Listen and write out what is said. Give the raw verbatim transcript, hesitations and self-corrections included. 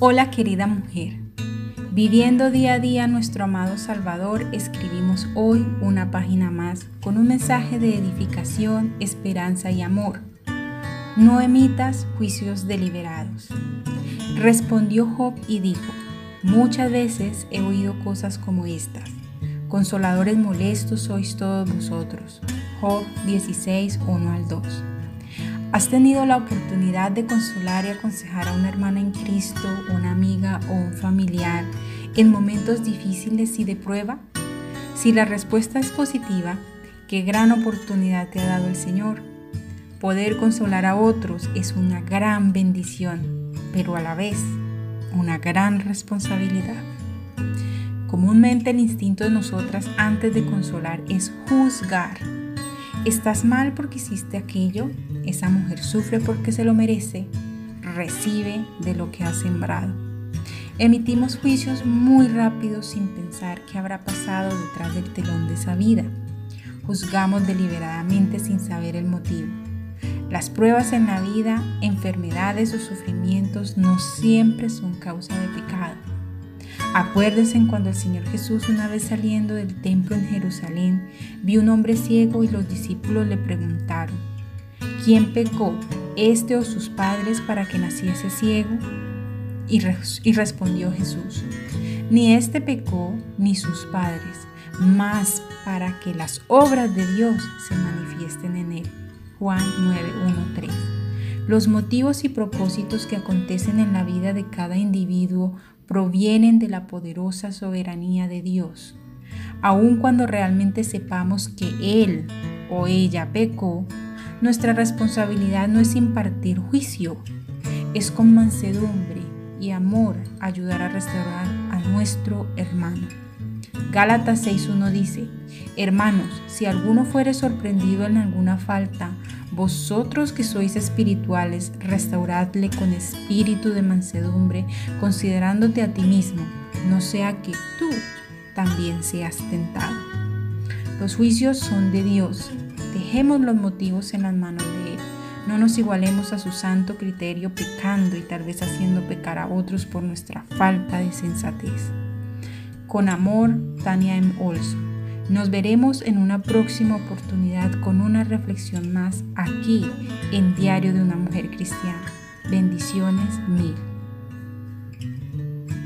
Hola querida mujer, viviendo día a día nuestro amado Salvador, escribimos hoy una página más con un mensaje de edificación, esperanza y amor. No emitas juicios deliberados. Respondió Job y dijo, muchas veces he oído cosas como estas. Consoladores molestos sois todos vosotros. Job dieciséis, uno al dos. ¿Has tenido la oportunidad de consolar y aconsejar a una hermana en Cristo, una amiga o un familiar en momentos difíciles y de prueba? Si la respuesta es positiva, qué gran oportunidad te ha dado el Señor. Poder consolar a otros es una gran bendición, pero a la vez una gran responsabilidad. Comúnmente el instinto de nosotras antes de consolar es juzgar. ¿Estás mal porque hiciste aquello? Esa mujer sufre porque se lo merece. Recibe de lo que ha sembrado. Emitimos juicios muy rápidos sin pensar qué habrá pasado detrás del telón de esa vida. Juzgamos deliberadamente sin saber el motivo. Las pruebas en la vida, enfermedades o sufrimientos no siempre son causa de pecado. Acuérdense cuando el Señor Jesús, una vez saliendo del templo en Jerusalén, vio un hombre ciego y los discípulos le preguntaron, ¿quién pecó, este o sus padres, para que naciese ciego? Y, res- y respondió Jesús, ni este pecó ni sus padres, mas para que las obras de Dios se manifiesten en él. Juan nueve, uno, tres. Los motivos y propósitos que acontecen en la vida de cada individuo provienen de la poderosa soberanía de Dios. Aun cuando realmente sepamos que Él o ella pecó, nuestra responsabilidad no es impartir juicio, es con mansedumbre y amor ayudar a restaurar a nuestro hermano. Gálatas seis, uno dice, hermanos, si alguno fuere sorprendido en alguna falta, vosotros que sois espirituales, restauradle con espíritu de mansedumbre, considerándote a ti mismo, no sea que tú también seas tentado. Los juicios son de Dios. Dejemos los motivos en las manos de Él. No nos igualemos a su santo criterio pecando y tal vez haciendo pecar a otros por nuestra falta de sensatez. Con amor, Tania M. Olson. Nos veremos en una próxima oportunidad con una reflexión más aquí en Diario de una Mujer Cristiana. Bendiciones mil.